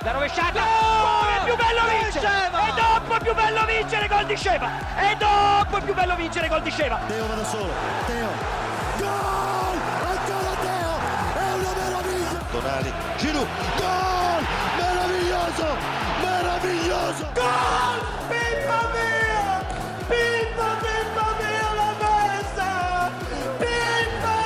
La rovesciata, è più bello vincere! E dopo è più bello vincere gol di Sheva! E dopo è più bello vincere gol di Sheva! Teo va da solo, Teo, gol! Ancora Teo, è una meraviglia! Tonali, Giroud, gol! Meraviglioso, meraviglioso! Gol! Pippa mia! Pippa, Pippa mia la festa! Pippa!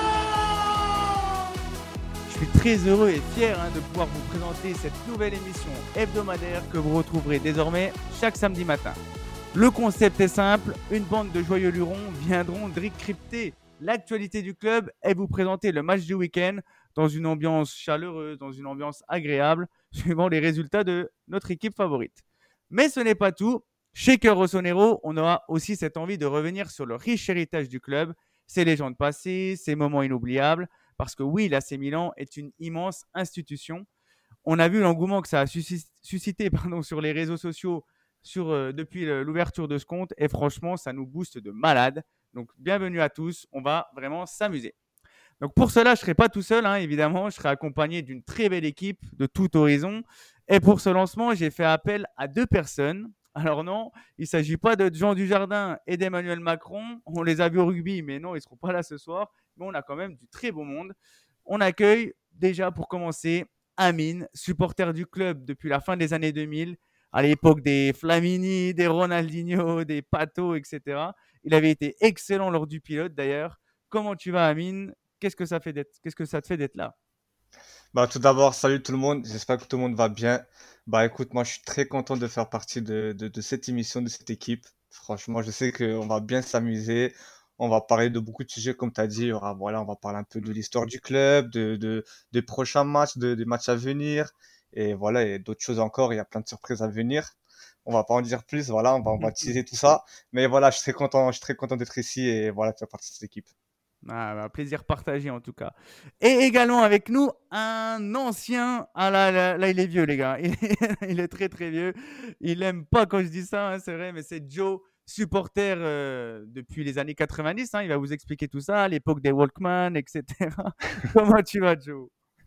Je suis très heureux et fier de pouvoir vous présenter cette nouvelle émission hebdomadaire que vous retrouverez désormais chaque samedi matin. Le concept est simple, une bande de joyeux lurons viendront décrypter l'actualité du club et vous présenter le match du week-end dans une ambiance chaleureuse, dans une ambiance agréable, suivant les résultats de notre équipe favorite. Mais ce n'est pas tout. Chez Cœur Rossonero, on aura aussi cette envie de revenir sur le riche héritage du club, ses légendes passées, ses moments inoubliables, parce que oui, l'AC Milan est une immense institution. On a vu l'engouement que ça a suscité sur les réseaux sociaux depuis l'ouverture de ce compte et franchement, ça nous booste de malade. Donc, bienvenue à tous, on va vraiment s'amuser. Donc, pour cela, je ne serai pas tout seul, évidemment, je serai accompagné d'une très belle équipe de tout horizon. Et pour ce lancement, j'ai fait appel à 2 personnes. Alors non, il ne s'agit pas de Jean Dujardin et d'Emmanuel Macron. On les a vus au rugby, mais non, ils ne seront pas là ce soir. Mais on a quand même du très beau monde. On accueille déjà pour commencer Amine, supporter du club depuis la fin des années 2000, à l'époque des Flamini, des Ronaldinho, des Pato, etc. Il avait été excellent lors du pilote d'ailleurs. Comment tu vas, Amine? Qu'est-ce que ça te fait d'être là? Bah, tout d'abord, salut tout le monde. J'espère que tout le monde va bien. Bah, écoute, moi, je suis très content de faire partie de cette émission, de cette équipe. Franchement, je sais qu'on va bien s'amuser. On va parler de beaucoup de sujets, comme tu as dit. Voilà, on va parler un peu de l'histoire du club, des prochains matchs, des matchs à venir. Et voilà, et d'autres choses encore. Il y a plein de surprises à venir. On va pas en dire plus. Voilà, on va teaser tout ça. Mais voilà, je suis très content d'être ici et voilà, de faire partie de cette équipe. Plaisir partagé en tout cas. Et également avec nous, un ancien. Ah là, il est vieux, les gars. Il est très, très vieux. Il aime pas quand je dis ça, c'est vrai, mais c'est Joe, supporter depuis les années 90. Il va vous expliquer tout ça, à l'époque des Walkman, etc. Comment tu vas, Joe?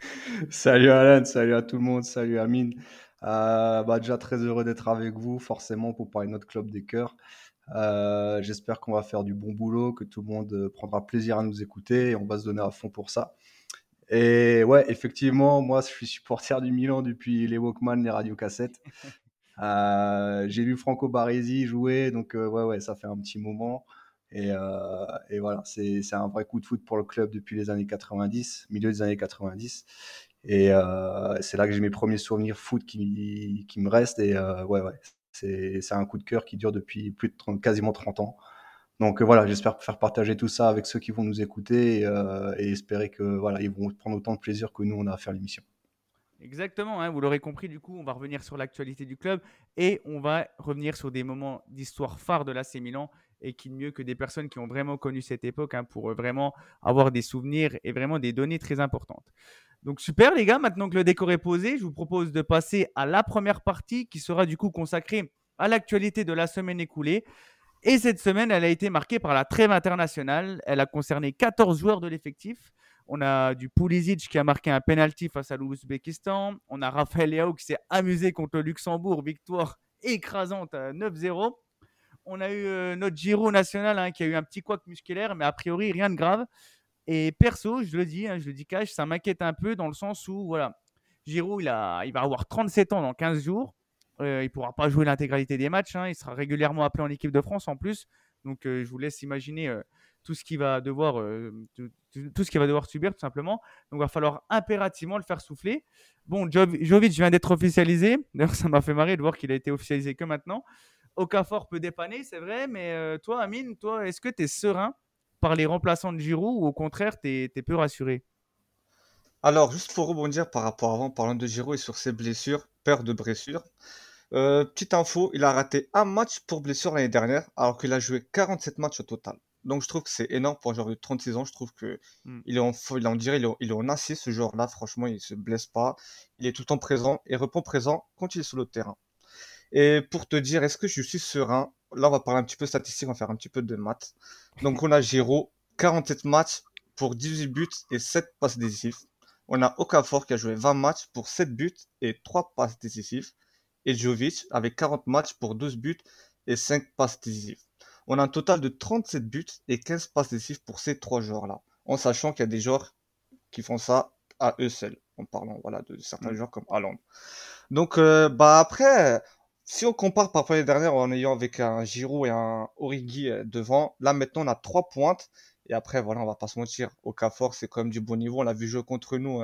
Salut Alan, salut à tout le monde, salut Amine. Déjà très heureux d'être avec vous, forcément, pour parler de notre club des cœurs. J'espère qu'on va faire du bon boulot, que tout le monde prendra plaisir à nous écouter et on va se donner à fond pour ça. Et ouais, effectivement, moi je suis supporter du Milan depuis les Walkman, les radiocassettes. J'ai vu Franco Baresi jouer, donc ouais, ça fait un petit moment. Et voilà, c'est un vrai coup de foot pour le club depuis les années 90, milieu des années 90. Et c'est là que j'ai mes premiers souvenirs foot qui me restent. Et ouais, c'est un coup de cœur qui dure depuis plus de quasiment 30 ans. Donc voilà, j'espère faire partager tout ça avec ceux qui vont nous écouter et espérer que voilà, ils vont prendre autant de plaisir que nous on a à faire l'émission. Exactement, vous l'aurez compris, du coup, on va revenir sur l'actualité du club et on va revenir sur des moments d'histoire phares de l'AC Milan et qui mieux que des personnes qui ont vraiment connu cette époque pour vraiment avoir des souvenirs et vraiment des données très importantes. Donc super les gars, maintenant que le décor est posé, je vous propose de passer à la première partie qui sera du coup consacrée à l'actualité de la semaine écoulée. Et cette semaine, elle a été marquée par la trêve internationale. Elle a concerné 14 joueurs de l'effectif. On a du Pulisic qui a marqué un penalty face à l'Ouzbékistan. On a Raphaël Leao qui s'est amusé contre le Luxembourg, victoire écrasante à 9-0. On a eu notre Giro national qui a eu un petit couac musculaire, mais a priori rien de grave. Et perso, je le dis cash, ça m'inquiète un peu dans le sens où voilà, Giroud il va avoir 37 ans dans 15 jours. Il ne pourra pas jouer l'intégralité des matchs. Il sera régulièrement appelé en équipe de France en plus. Donc, je vous laisse imaginer tout ce qu'il va devoir subir tout simplement. Donc, il va falloir impérativement le faire souffler. Bon, Jovic vient d'être officialisé. D'ailleurs, ça m'a fait marrer de voir qu'il a été officialisé que maintenant. Okafor peut dépanner, c'est vrai. Mais toi, Amine, est-ce que tu es serein par les remplaçants de Giroud ou au contraire, tu es peu rassuré? Alors, juste pour rebondir par rapport à avant, parlant de Giroud et sur ses blessures, peur de blessure. Petite info, il a raté un match pour blessure l'année dernière, alors qu'il a joué 47 matchs au total. Donc je trouve que c'est énorme pour un joueur de 36 ans. Je trouve que il est en acier ce joueur-là. Franchement, il se blesse pas. Il est tout le temps présent et répond présent quand il est sur le terrain. Et pour te dire, est-ce que je suis serein? Là, on va parler un petit peu statistique, on va faire un petit peu de maths. Donc on a Giroud, 47 matchs pour 18 buts et 7 passes décisives. On a Okafor qui a joué 20 matchs pour 7 buts et 3 passes décisives. Et Jovic avec 40 matchs pour 12 buts et 5 passes décisives. On a un total de 37 buts et 15 passes décisives pour ces 3 joueurs-là. En sachant qu'il y a des joueurs qui font ça à eux seuls. En parlant voilà, de certains joueurs comme Haaland. Donc, après, si on compare par rapport à l'année dernière en ayant avec un Giroud et un Origi devant, là maintenant on a 3 pointes. Et après, voilà, on va pas se mentir. Okafor, c'est quand même du bon niveau. On l'a vu jouer contre nous,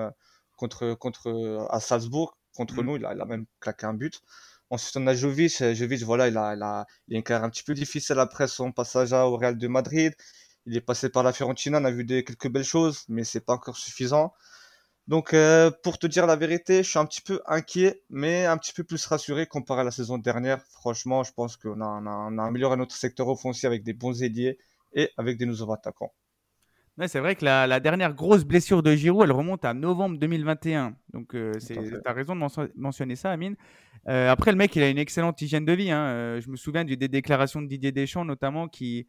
à Salzbourg. Contre nous, il a même claqué un but. Ensuite, on a Jovic. Jovic, voilà, il a une carrière un petit peu difficile après son passage au Real de Madrid. Il est passé par la Fiorentina, on a vu quelques belles choses, mais c'est pas encore suffisant. Donc, pour te dire la vérité, je suis un petit peu inquiet, mais un petit peu plus rassuré comparé à la saison dernière. Franchement, je pense qu'on a amélioré notre secteur offensif avec des bons ailiers et avec des nouveaux attaquants. Ouais, c'est vrai que la dernière grosse blessure de Giroud, elle remonte à novembre 2021. Donc, tu Tout à fait. as raison de mentionner ça, Amine. Après, le mec, il a une excellente hygiène de vie, hein. Je me souviens des déclarations de Didier Deschamps, notamment,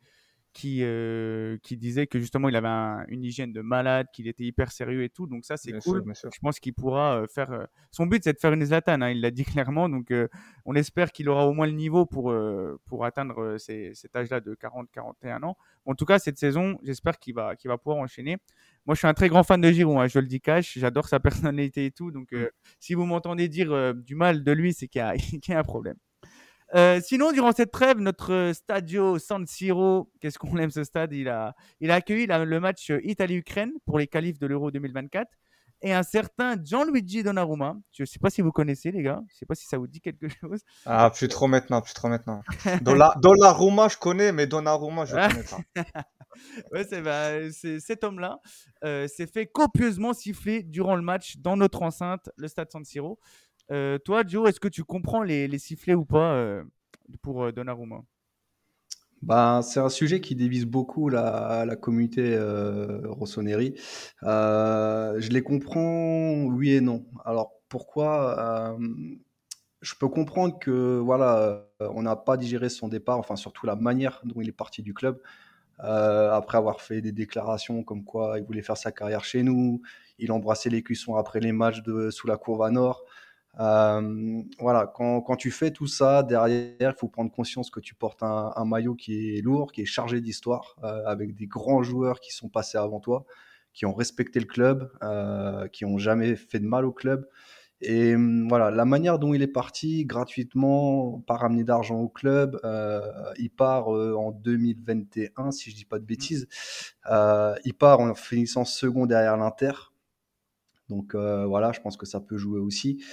qui disait que justement il avait une hygiène de malade, qu'il était hyper sérieux et tout. Donc ça, c'est Bien sûr, cool. bien sûr. Je pense qu'il pourra faire. Son but, c'est de faire une Zlatan, hein, il l'a dit clairement. Donc on espère qu'il aura au moins le niveau pour atteindre cet âge-là de 40-41 ans. En tout cas, cette saison, j'espère qu'il va pouvoir enchaîner. Moi, je suis un très grand fan de Giroud, hein, je le dis cash. J'adore sa personnalité et tout. Donc, si vous m'entendez dire du mal de lui, c'est qu'il y a, qu'il y a un problème. Sinon, durant cette trêve, notre Stadio San Siro, qu'est-ce qu'on aime ce stade, il a accueilli le match Italie-Ukraine pour les qualifs de l'Euro 2024. Et un certain Gianluigi Donnarumma, je ne sais pas si vous connaissez les gars, je ne sais pas si ça vous dit quelque chose. Ah, plus trop maintenant, plus trop maintenant. Donnarumma, je connais, mais Donnarumma, je connais pas. Ouais, c'est cet homme-là s'est fait copieusement siffler durant le match dans notre enceinte, le stade San Siro. Toi, Joe, est-ce que tu comprends les sifflets ou pas pour Donnarumma? Ben, c'est un sujet qui divise beaucoup la communauté rossoneri. Je les comprends, oui et non. Alors pourquoi je peux comprendre que voilà, on n'a pas digéré son départ, enfin surtout la manière dont il est parti du club. Après avoir fait des déclarations comme quoi il voulait faire sa carrière chez nous, il embrassait les cuissons après les matchs sous la courbe à Nord. Voilà, quand tu fais tout ça, derrière, il faut prendre conscience que tu portes un maillot qui est lourd, qui est chargé d'histoire, avec des grands joueurs qui sont passés avant toi, qui ont respecté le club, qui ont jamais fait de mal au club. Et voilà, la manière dont il est parti gratuitement, pas ramener d'argent au club, il part en 2021, si je dis pas de bêtises. Il part en finissant second derrière l'Inter. Donc voilà, je pense que ça peut jouer aussi.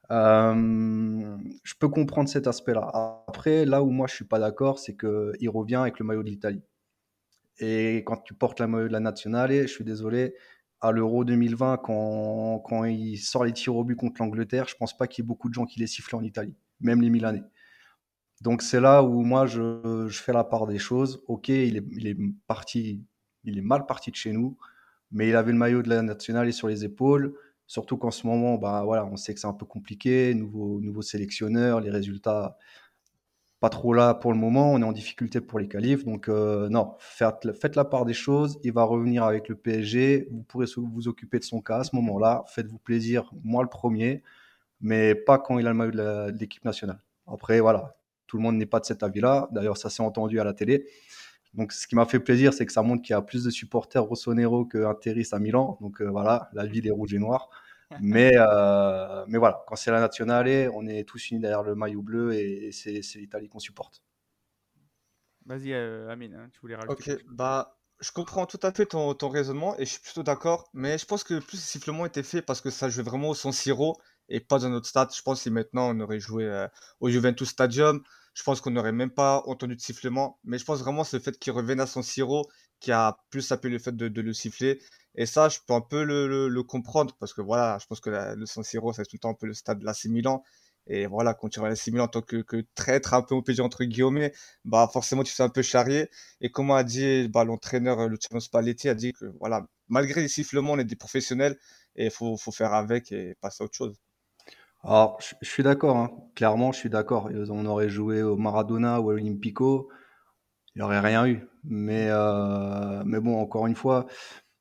Je peux comprendre cet aspect-là. Après, là où moi je suis pas d'accord, c'est qu'il revient avec le maillot de l'Italie. Et quand tu portes la maillot de la nationale, je suis désolé, à l'Euro 2020, quand il sort les tirs au but contre l'Angleterre, je pense pas qu'il y ait beaucoup de gens qui les sifflent en Italie, même les Milanais. Donc c'est là où moi je fais la part des choses. Ok, il est parti, il est mal parti de chez nous, mais il avait le maillot de la nationale sur les épaules. Surtout qu'en ce moment, bah voilà, on sait que c'est un peu compliqué, nouveau sélectionneur, les résultats pas trop là pour le moment, on est en difficulté pour les qualifs, donc non, faites la part des choses, il va revenir avec le PSG, vous pourrez vous occuper de son cas à ce moment-là, faites-vous plaisir, moi le premier, mais pas quand il a le maillot de l'équipe nationale. Après, voilà, tout le monde n'est pas de cet avis-là, d'ailleurs ça s'est entendu à la télé, donc ce qui m'a fait plaisir, c'est que ça montre qu'il y a plus de supporters rossonero qu'interistes à Milan, donc voilà, la ville est rouge et noire. Mais voilà, quand c'est la nationale, on est tous unis derrière le maillot bleu et c'est l'Italie qu'on supporte. Vas-y, Amine, hein, tu voulais rajouter Ok, quelque chose? bah, je comprends tout à fait ton raisonnement et je suis plutôt d'accord, mais je pense que plus le sifflement était fait parce que ça jouait vraiment au San Siro et pas dans notre stade. Je pense que si maintenant on aurait joué au Juventus Stadium, je pense qu'on n'aurait même pas entendu de sifflement, mais je pense vraiment que c'est le fait qu'il revienne à San Siro qui a plus appelé le fait de le siffler. Et ça, je peux un peu le comprendre parce que voilà, je pense que le San Siro, c'est tout le temps un peu le stade de l'AC Milan. Et voilà, quand tu vas à l'AC Milan en tant que traître un peu au PSG entre guillemets, bah forcément tu te fais un peu charrier. Et comme a dit l'entraîneur Luciano Spalletti, a dit que voilà, malgré les sifflements, on est des professionnels et il faut faire avec et passer à autre chose. Alors, je suis d'accord, hein. Clairement, je suis d'accord. On aurait joué au Maradona ou à l'Olympico, il n'y aurait rien eu. Mais bon, encore une fois,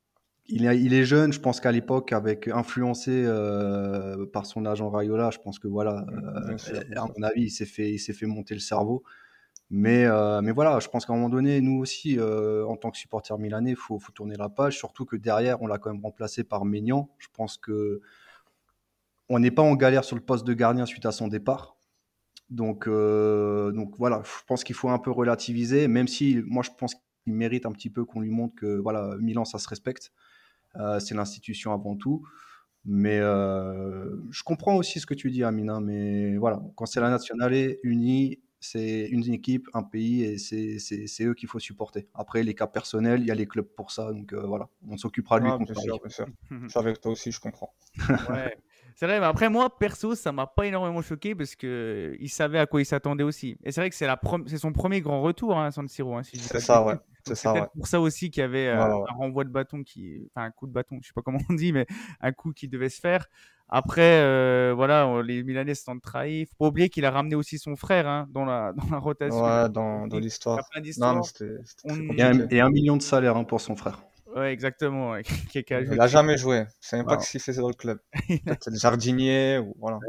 il est jeune, je pense qu'à l'époque, avec influencé par son agent Raiola, je pense que voilà, Bien sûr, bien à sûr. mon avis, il s'est fait monter le cerveau. Mais voilà, je pense qu'à un moment donné, nous aussi, en tant que supporters milanais, faut tourner la page, surtout que derrière, on l'a quand même remplacé par Maignan. Je pense que on n'est pas en galère sur le poste de gardien suite à son départ. Donc voilà, je pense qu'il faut un peu relativiser, même si moi je pense qu'il mérite un petit peu qu'on lui montre que voilà, Milan, ça se respecte. C'est l'institution avant tout. Mais je comprends aussi ce que tu dis, Amine, hein, mais voilà, quand c'est la nationale unie, c'est une équipe, un pays, et c'est eux qu'il faut supporter. Après, les cas personnels, il y a les clubs pour ça, donc voilà, on s'occupera de lui Ah, contre bien Paris. sûr, bien sûr. Je suis avec toi aussi, je comprends. Ouais, c'est vrai, mais après moi, perso, ça m'a pas énormément choqué parce que il savait à quoi il s'attendait aussi. Et c'est vrai que c'est son premier grand retour, hein, San Siro, hein, si je dis C'est pas de ça, ouais. bêtises. C'est Donc c'est ça, ouais. peut-être pour ça aussi qu'il y avait Ouais, ouais, ouais. un renvoi de bâton enfin un coup de bâton, je sais pas comment on dit, mais un coup qui devait se faire. Après, voilà, les Milanais se sentent trahis. Faut pas oublier qu'il a ramené aussi son frère, hein, dans dans la rotation. Ouais, dans Il y a l'histoire. plein Non, mais d'histoires. c'était On... très compliqué. Et 1 million de salaire, hein, pour son frère. Ouais, exactement. Ouais, qui a Il joué a chez... jamais joué. Je sais même pas Non. ce qu'il faisait dans le club. Peut-être c'est le jardinier ou voilà.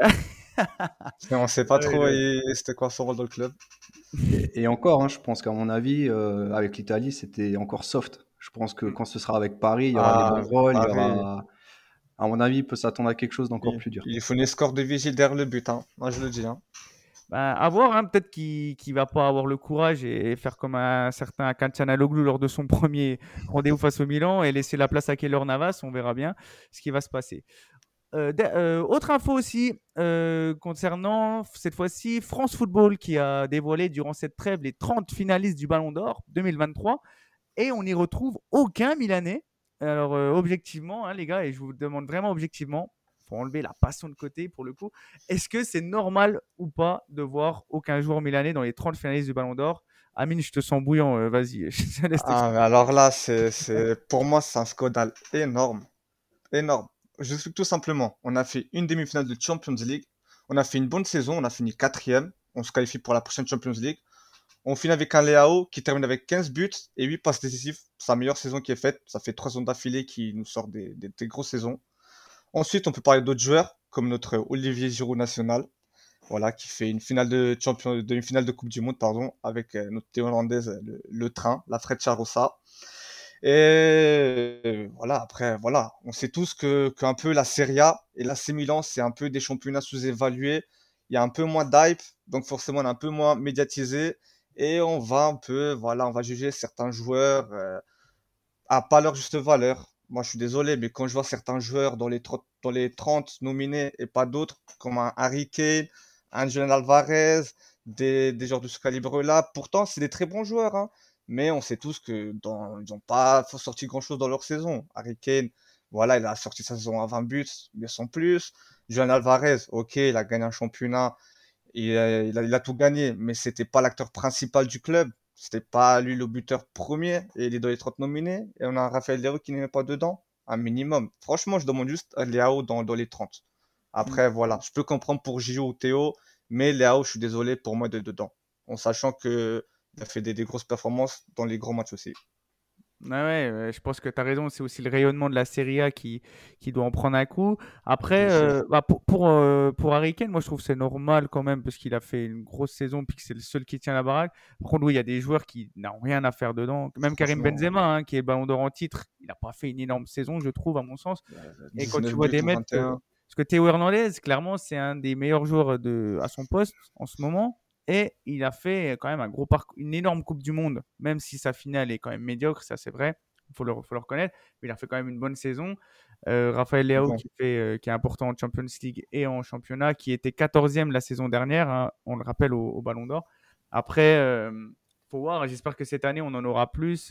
On sait pas Ouais, trop c'était quoi son rôle dans le club. Et encore, hein, je pense qu'à mon avis, avec l'Italie, c'était encore soft. Je pense que quand ce sera avec Paris, il y aura les Ah, bons rôles, il y pareil. aura, à mon avis, il peut s'attendre à quelque chose d'encore plus dur. Il faut une escorte de vigile derrière le but, hein. Moi, je le dis, hein. Bah, à voir, hein, peut-être qu'il va pas avoir le courage et faire comme un certain Cancanaloglu lors de son premier rendez-vous face au Milan et laisser la place à Keylor Navas. On verra bien ce qui va se passer. Autre info aussi concernant cette fois-ci France Football qui a dévoilé durant cette trêve les 30 finalistes du Ballon d'Or 2023 et on n'y retrouve aucun Milanais. Alors objectivement, hein, les gars, et je vous demande vraiment objectivement, faut enlever la passion de côté pour le coup. Est-ce que c'est normal ou pas de voir aucun joueur milanais dans les 30 finalistes du Ballon d'Or? Amine, je te sens bouillant, vas-y, je te laisse Ah, mais t'exprimer. alors là, pour moi, c'est un scandale énorme. Énorme. Je explique tout simplement. On a fait une demi-finale de Champions League. On a fait une bonne saison. On a fini quatrième. On se qualifie pour la prochaine Champions League. On finit avec un Leao qui termine avec 15 buts et 8 passes décisives. Sa meilleure saison qui est faite. Ça fait 3 ans d'affilée qui nous sort des grosses saisons. Ensuite, on peut parler d'autres joueurs comme notre Olivier Giroud national. Voilà, qui fait une finale une finale de Coupe du Monde, pardon, avec notre Théo Hernandez, le train, la Frecciarossa. Et voilà, après, voilà, on sait tous qu'un peu la Serie A et l'AC Milan, c'est un peu des championnats sous-évalués. Il y a un peu moins d'hype, donc forcément, on est un peu moins médiatisé. Et on va un peu, voilà, on va juger certains joueurs à pas leur juste valeur. Moi, je suis désolé, mais quand je vois certains joueurs dans les 30 nominés et pas d'autres, comme un Harry Kane, un Julian Alvarez, des joueurs de ce calibre-là, pourtant, c'est des très bons joueurs, hein. Mais on sait tous que ils n'ont pas sorti grand-chose dans leur saison. Harry Kane, voilà, il a sorti sa saison à 20 buts, mais sans plus. Julian Alvarez, ok, il a gagné un championnat, il a tout gagné, mais c'était pas l'acteur principal du club. C'était pas lui le buteur premier, et il est dans les 30 nominés. Et on a un Raphaël Leao qui n'est même pas dedans. Un minimum. Franchement, je demande juste à Leao dans les 30. Mm. Après, voilà, je peux comprendre pour Gio ou Théo, mais Leao, je suis désolé, pour moi, de dedans. En sachant que il a fait des grosses performances dans les grands matchs aussi. Ah ouais, je pense que tu as raison. C'est aussi le rayonnement de la Serie A qui doit en prendre un coup. Après, Bien sûr. bah, pour Harry Kane, moi je trouve que c'est normal quand même parce qu'il a fait une grosse saison puis que c'est le seul qui tient la baraque. Par contre, oui, il y a des joueurs qui n'ont rien à faire dedans. Même Karim Franchement, Benzema, hein, qui est le Ballon d'Or en titre, il n'a pas fait une énorme saison, je trouve, à mon sens. Et quand tu 19 vois buts des ou mecs, 21. parce que Théo Hernandez, clairement, c'est un des meilleurs joueurs à son poste en ce moment. Et il a fait quand même un gros parcours, une énorme Coupe du Monde, même si sa finale est quand même médiocre, ça c'est vrai, faut le reconnaître. Mais il a fait quand même une bonne saison. Raphaël Leao Bon, qui est important en Champions League et en championnat, qui était 14e la saison dernière, hein, on le rappelle au Ballon d'Or. Après, faut voir, j'espère que cette année on en aura plus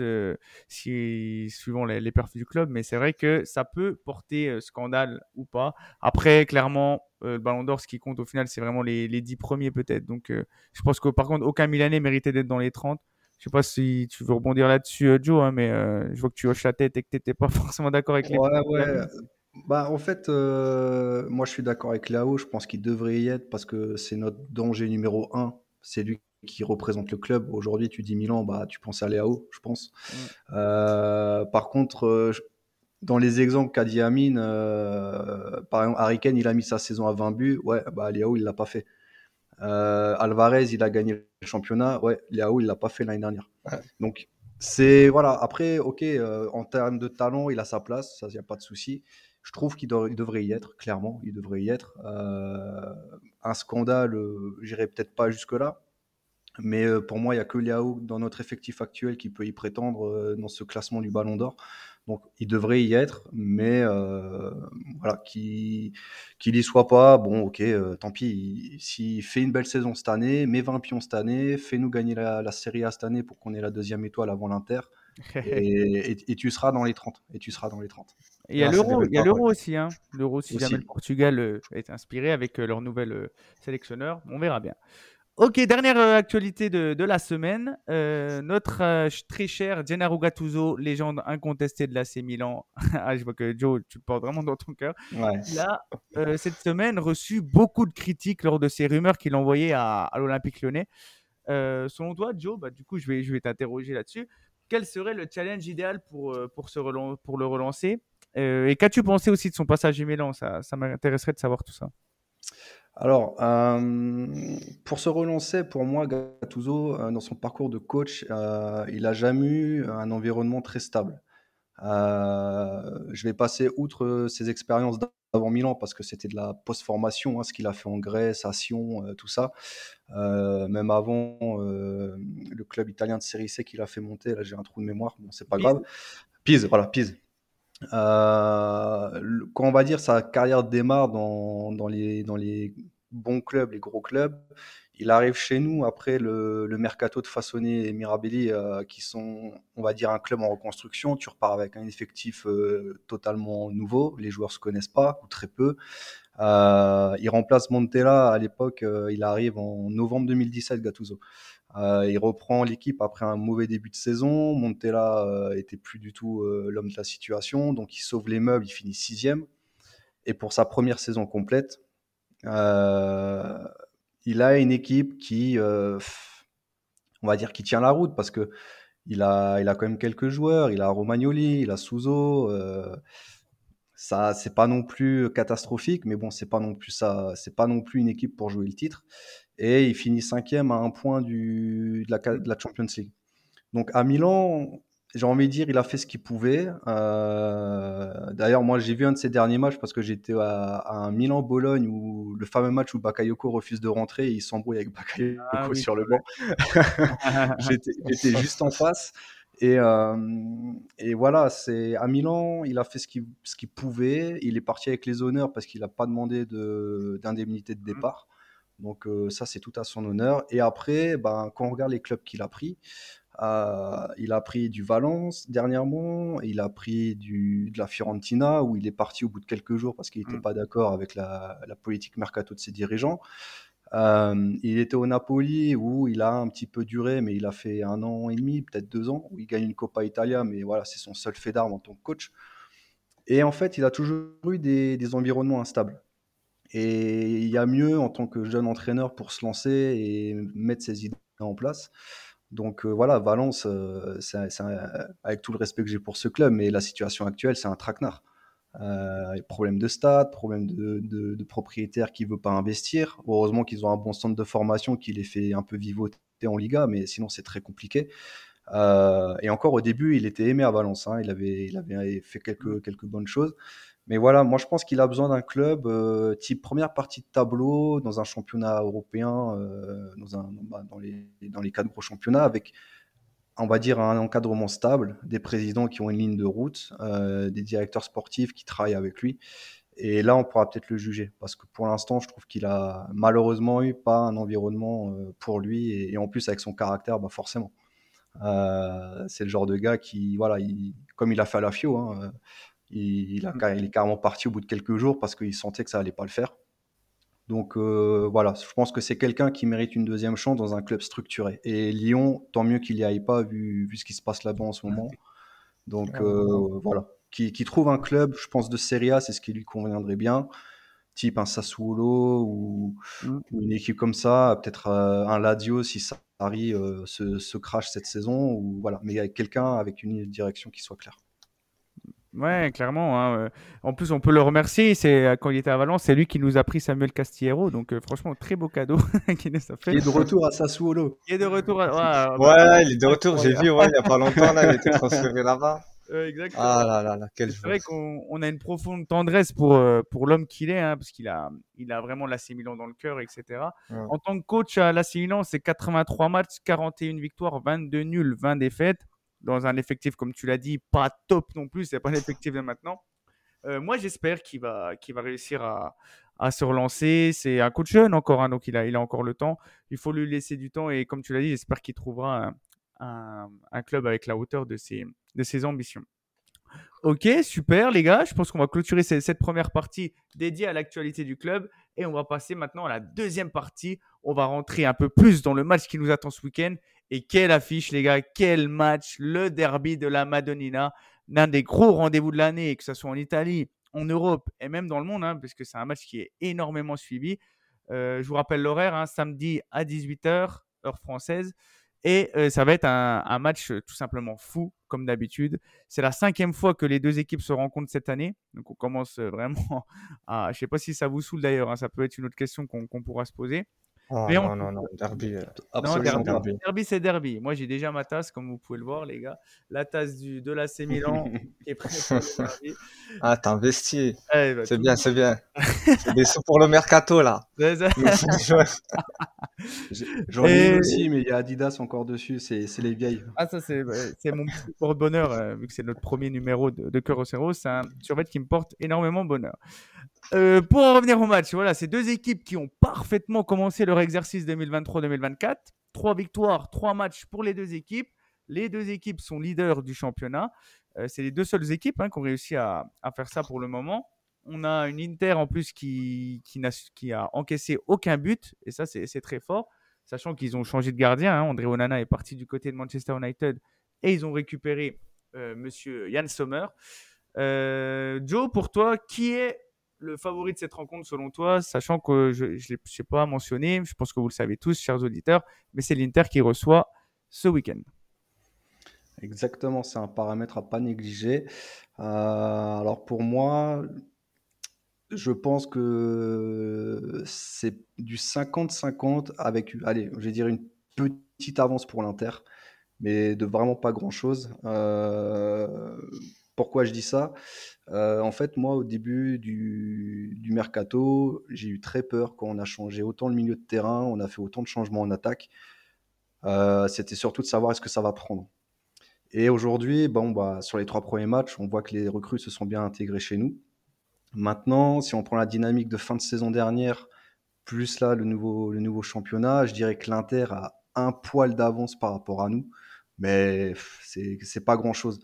suivant les perfs du club, mais c'est vrai que ça peut porter scandale ou pas. Après, clairement, le Ballon d'Or, ce qui compte au final, c'est vraiment les 10 premiers peut-être. Donc, je pense que par contre, aucun Milanais méritait d'être dans les 30. Je sais pas si tu veux rebondir là-dessus, Joe, hein, mais je vois que tu hoches la tête et que tu n'étais pas forcément d'accord avec les Ouais, propos ouais. d'Amine. Bah, en fait, moi, je suis d'accord avec Léo. Je pense qu'il devrait y être parce que c'est notre danger numéro un. C'est lui qui représente le club. Aujourd'hui, tu dis Milan, bah, tu penses à Léo, je pense. Mm. Par contre, dans les exemples qu'a dit Amine, par exemple, Harry Kane, il a mis sa saison à 20 buts. Ouais, bah, Leao, il l'a pas fait. Alvarez, il a gagné le championnat. Ouais, Leao, il l'a pas fait l'année dernière. Ouais. Donc, c'est voilà. Après, ok, en termes de talent, il a sa place, ça, il n'y a pas de souci. Je trouve il devrait y être, clairement, il devrait y être. Un scandale, j'irai peut-être pas jusque-là, mais pour moi, il n'y a que Leao dans notre effectif actuel qui peut y prétendre dans ce classement du Ballon d'Or. Donc, il devrait y être, mais voilà, qu'il y soit pas, bon, ok, tant pis. S'il fait une belle saison cette année, met 20 pions cette année, fais-nous gagner la Serie A cette année pour qu'on ait la deuxième étoile avant l'Inter, et tu seras dans les 30. Et tu seras dans les 30. Et il y a Non, c'est des l'Euro, belles il y a paroles. l'Euro aussi, hein. L'Euro, si jamais Aussi. le Portugal est inspiré avec leur nouvel sélectionneur, on verra bien. Ok, dernière actualité de la semaine. Notre très cher Gennaro Gattuso, légende incontestée de l'AC Milan. Ah, je vois que Joe, tu le portes vraiment dans ton cœur. Ouais. Il a cette semaine reçu beaucoup de critiques lors de ces rumeurs qu'il envoyait à l'Olympique Lyonnais. Selon toi, Joe, bah, du coup, je vais t'interroger là-dessus. Quel serait le challenge idéal pour le relancer? Et qu'as-tu pensé aussi de son passage au Milan? Ça m'intéresserait de savoir tout ça. Alors, pour se relancer, pour moi, Gattuso, dans son parcours de coach, il a jamais eu un environnement très stable. Je vais passer outre ses expériences d'avant Milan parce que c'était de la post-formation, hein, ce qu'il a fait en Grèce, à Sion, tout ça. Même avant le club italien de Série C qu'il a fait monter, là j'ai un trou de mémoire, bon, c'est pas Pise. grave. Pise, voilà, Pise. Quand on va dire sa carrière démarre dans les bons clubs, les gros clubs, il arrive chez nous après le mercato de Fassonné et Mirabelli, qui sont, on va dire, un club en reconstruction. Tu repars avec un effectif totalement nouveau, les joueurs se connaissent pas ou très peu. Il remplace Montella à l'époque, il arrive en novembre 2017, Gattuso. Il reprend l'équipe après un mauvais début de saison. Montella était plus du tout l'homme de la situation, donc il sauve les meubles, il finit 6e. Et pour sa première saison complète, il a une équipe qui, on va dire, qui tient la route parce que il a quand même quelques joueurs. Il a Romagnoli, il a Suso. Ça, c'est pas non plus catastrophique, mais bon, c'est pas non plus ça, c'est pas non plus une équipe pour jouer le titre. Et il finit 5e à un point de la Champions League. Donc à Milan, j'ai envie de dire, il a fait ce qu'il pouvait. D'ailleurs, moi, j'ai vu un de ses derniers matchs parce que j'étais à un Milan-Bologne où le fameux match où Bakayoko refuse de rentrer et il s'embrouille avec Ah Bakayoko oui, sur le c'est vrai. banc. J'étais juste en face. Et voilà, c'est à Milan, il a fait ce qu'il pouvait. Il est parti avec les honneurs parce qu'il n'a pas demandé d'indemnité de départ. Donc ça, c'est tout à son honneur. Et après, ben, quand on regarde les clubs qu'il a pris, il a pris du Valence dernièrement, il a pris de la Fiorentina où il est parti au bout de quelques jours parce qu'il n'était pas d'accord avec la politique mercato de ses dirigeants. Il était au Napoli où il a un petit peu duré, mais il a fait 1 an et demi, peut-être 2 ans, où il gagne une Coppa Italia, mais voilà, c'est son seul fait d'armes en tant que coach. Et en fait, il a toujours eu des environnements instables. Et il y a mieux en tant que jeune entraîneur pour se lancer et mettre ses idées en place. Donc voilà, Valence, avec tout le respect que j'ai pour ce club, mais la situation actuelle, c'est un traquenard. Problème de stade, problème de propriétaire qui ne veut pas investir. Heureusement qu'ils ont un bon centre de formation qui les fait un peu vivoter en Liga, mais sinon c'est très compliqué. Et encore au début, il était aimé à Valence, hein. Il avait fait quelques bonnes choses. Mais voilà, moi je pense qu'il a besoin d'un club type première partie de tableau dans un championnat européen, dans les 4 gros championnats, avec, on va dire, un encadrement stable, des présidents qui ont une ligne de route, des directeurs sportifs qui travaillent avec lui. Et là, on pourra peut-être le juger. Parce que pour l'instant, je trouve qu'il a malheureusement eu pas un environnement pour lui. Et en plus, avec son caractère, bah forcément. C'est le genre de gars qui, voilà, comme il a fait à la FIO, hein, il est carrément parti au bout de quelques jours parce qu'il sentait que ça allait pas le faire. Donc voilà, je pense que c'est quelqu'un qui mérite une deuxième chance dans un club structuré. Et Lyon, tant mieux qu'il n'y aille pas vu ce qui se passe là-bas en ce moment. Donc voilà, qui trouve un club, je pense, de Serie A, c'est ce qui lui conviendrait bien, type un Sassuolo ou une équipe comme ça, peut-être un Lazio si Sarri se crache cette saison, ou voilà, mais avec quelqu'un avec une direction qui soit claire. Ouais, clairement, hein. En plus, on peut le remercier. Quand il était à Valence, c'est lui qui nous a pris Samuel Castillero. Donc, franchement, très beau cadeau qu'il nous a fait. Qui est de retour à Sassuolo. Il est de retour. Ouais, Ouais, il est de retour, j'ai incroyable. vu, ouais, il y a pas longtemps, là, il a été transféré là-bas. Exactement. Ah là là là, quel C'est vrai joueur. qu'on a une profonde tendresse pour l'homme qu'il est, hein, parce qu'il a vraiment l'AC Milan dans le cœur, etc. Ouais. En tant que coach à l'AC Milan, c'est 83 matchs, 41 victoires, 22 nuls, 20 défaites. Dans un effectif, comme tu l'as dit, pas top non plus. C'est pas l'effectif de maintenant. Moi, j'espère qu'il va réussir à se relancer. C'est un coach jeune encore, hein, donc il a encore le temps. Il faut lui laisser du temps et comme tu l'as dit, j'espère qu'il trouvera un club avec la hauteur de ses ambitions. Ok, super les gars. Je pense qu'on va clôturer cette première partie dédiée à l'actualité du club et on va passer maintenant à la deuxième partie. On va rentrer un peu plus dans le match qui nous attend ce week-end. Et quelle affiche les gars, quel match, le derby de la Madonnina, l'un des gros rendez-vous de l'année, que ce soit en Italie, en Europe et même dans le monde, hein, parce que c'est un match qui est énormément suivi. Je vous rappelle l'horaire, hein, samedi à 18h, heure française. Et ça va être un match tout simplement fou, comme d'habitude. C'est la 5e fois que les deux équipes se rencontrent cette année. Donc on commence vraiment à... Je ne sais pas si ça vous saoule d'ailleurs, hein, ça peut être une autre question qu'on pourra se poser. Oh Mais non, non, non, derby. non, Absolument pas. Derby. derby, c'est derby. Moi, j'ai déjà ma tasse, comme vous pouvez le voir, les gars. La tasse de l'AC Milan qui est prête pour le derby. Ah, t'as investi. Eh, bah, C'est tout- bien, c'est bien. C'est des sous pour le mercato, là. C'est ça. Il nous faut des joueurs. J'en ai Et- une aussi, mais il y a Adidas encore dessus, c'est les vieilles. Ah, ça, c'est mon petit porte-bonheur, vu que c'est notre premier numéro de Cœur au Cerveau. C'est un survêt qui me porte énormément bonheur. Pour en revenir au match, voilà, c'est deux équipes qui ont parfaitement commencé leur exercice 2023-2024. 3 victoires, 3 matchs pour les deux équipes. Les deux équipes sont leaders du championnat. C'est les deux seules équipes, hein, qui ont réussi à faire ça pour le moment. On a une Inter en plus qui a encaissé aucun but. Et ça, c'est très fort. Sachant qu'ils ont changé de gardien, hein. André Onana est parti du côté de Manchester United. Et ils ont récupéré monsieur Yann Sommer. Joe, pour toi, qui est le favori de cette rencontre selon toi, sachant que je ne l'ai pas mentionné, je pense que vous le savez tous, chers auditeurs, mais c'est l'Inter qui reçoit ce week-end. Exactement, c'est un paramètre à pas négliger. Alors pour moi, je pense que c'est du 50-50 avec, allez, je vais dire une petite avance pour l'Inter, mais de vraiment pas grand-chose. Pourquoi je dis ça? En fait, moi, au début du mercato, j'ai eu très peur quand on a changé autant le milieu de terrain, on a fait autant de changements en attaque. C'était surtout de savoir est-ce que ça va prendre. Et aujourd'hui, bon, bah, sur les 3 premiers matchs, on voit que les recrues se sont bien intégrées chez nous. Maintenant, si on prend la dynamique de fin de saison dernière, plus là le nouveau championnat, je dirais que l'Inter a un poil d'avance par rapport à nous, mais c'est pas grand-chose.